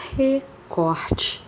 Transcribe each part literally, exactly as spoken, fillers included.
Recorte.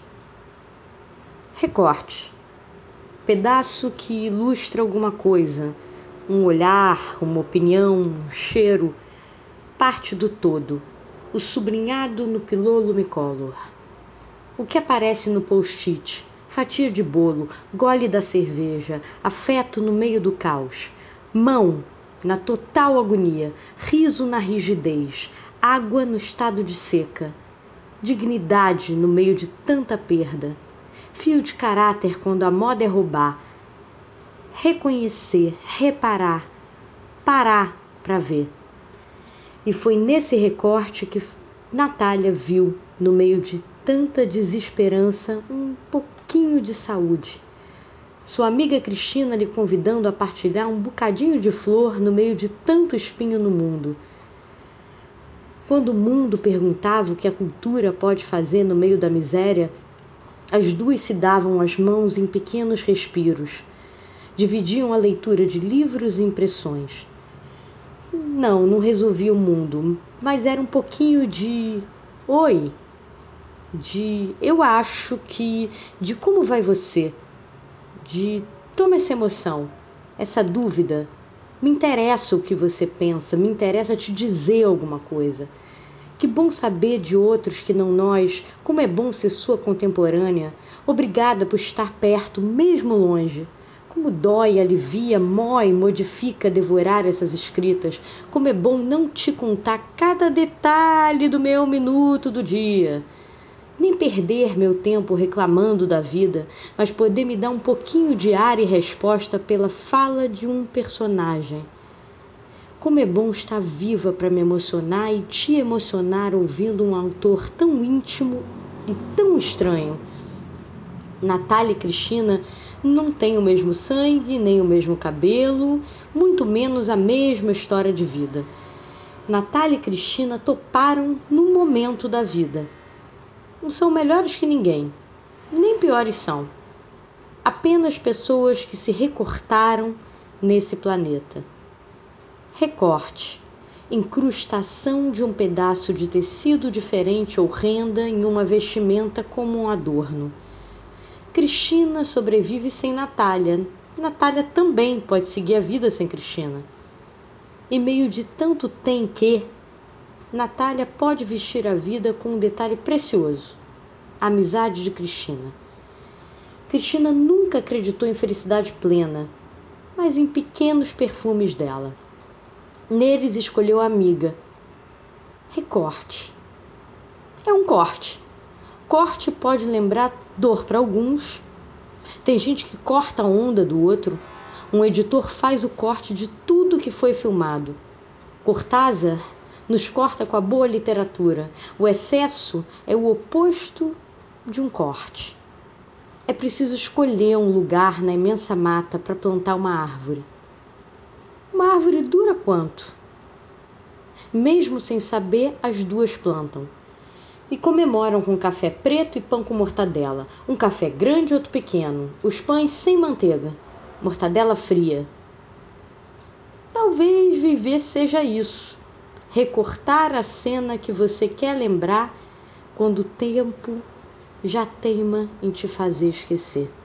Recorte. Pedaço que ilustra alguma coisa. Um olhar, uma opinião, um cheiro. Parte do todo. O sublinhado no pilô lumicolor. O que aparece no post-it? Fatia de bolo, gole da cerveja, afeto no meio do caos. Mão na total agonia, riso na rigidez, água no estado de seca. Dignidade no meio de tanta perda. Fio de caráter quando a moda é roubar. Reconhecer, reparar, parar para ver. E foi nesse recorte que Natália viu, no meio de tanta desesperança, um pouquinho de saúde. Sua amiga Cristina lhe convidando a partilhar um bocadinho de flor no meio de tanto espinho no mundo. Quando o mundo perguntava o que a cultura pode fazer no meio da miséria, as duas se davam as mãos em pequenos respiros. Dividiam a leitura de livros e impressões. Não, não resolvia o mundo, mas era um pouquinho de oi, de eu acho que, de como vai você, de toma essa emoção, essa dúvida, me interessa o que você pensa, me interessa te dizer alguma coisa. Que bom saber de outros que não nós, como é bom ser sua contemporânea, obrigada por estar perto, mesmo longe. Como dói, alivia, mói, modifica devorar essas escritas. Como é bom não te contar cada detalhe do meu minuto do dia. Nem perder meu tempo reclamando da vida, mas poder me dar um pouquinho de ar e resposta pela fala de um personagem. Como é bom estar viva para me emocionar e te emocionar ouvindo um autor tão íntimo e tão estranho. Natália e Cristina não têm o mesmo sangue, nem o mesmo cabelo, muito menos a mesma história de vida. Natália e Cristina toparam num momento da vida. Não são melhores que ninguém, nem piores são. Apenas pessoas que se recortaram nesse planeta. Recorte. Incrustação de um pedaço de tecido diferente ou renda em uma vestimenta como um adorno. Cristina sobrevive sem Natália. Natália também pode seguir a vida sem Cristina. Em meio de tanto tem que, Natália pode vestir a vida com um detalhe precioso: a amizade de Cristina. Cristina nunca acreditou em felicidade plena, mas em pequenos perfumes dela. Neles escolheu a amiga. Recorte. É um corte. Corte pode lembrar dor para alguns. Tem gente que corta a onda do outro. Um editor faz o corte de tudo que foi filmado. Cortázar nos corta com a boa literatura. O excesso é o oposto de um corte. É preciso escolher um lugar na imensa mata para plantar uma árvore. Uma árvore dura quanto? Mesmo sem saber, as duas plantam. E comemoram com café preto e pão com mortadela. Um café grande e outro pequeno. Os pães sem manteiga. Mortadela fria. Talvez viver seja isso. Recortar a cena que você quer lembrar quando o tempo já teima em te fazer esquecer.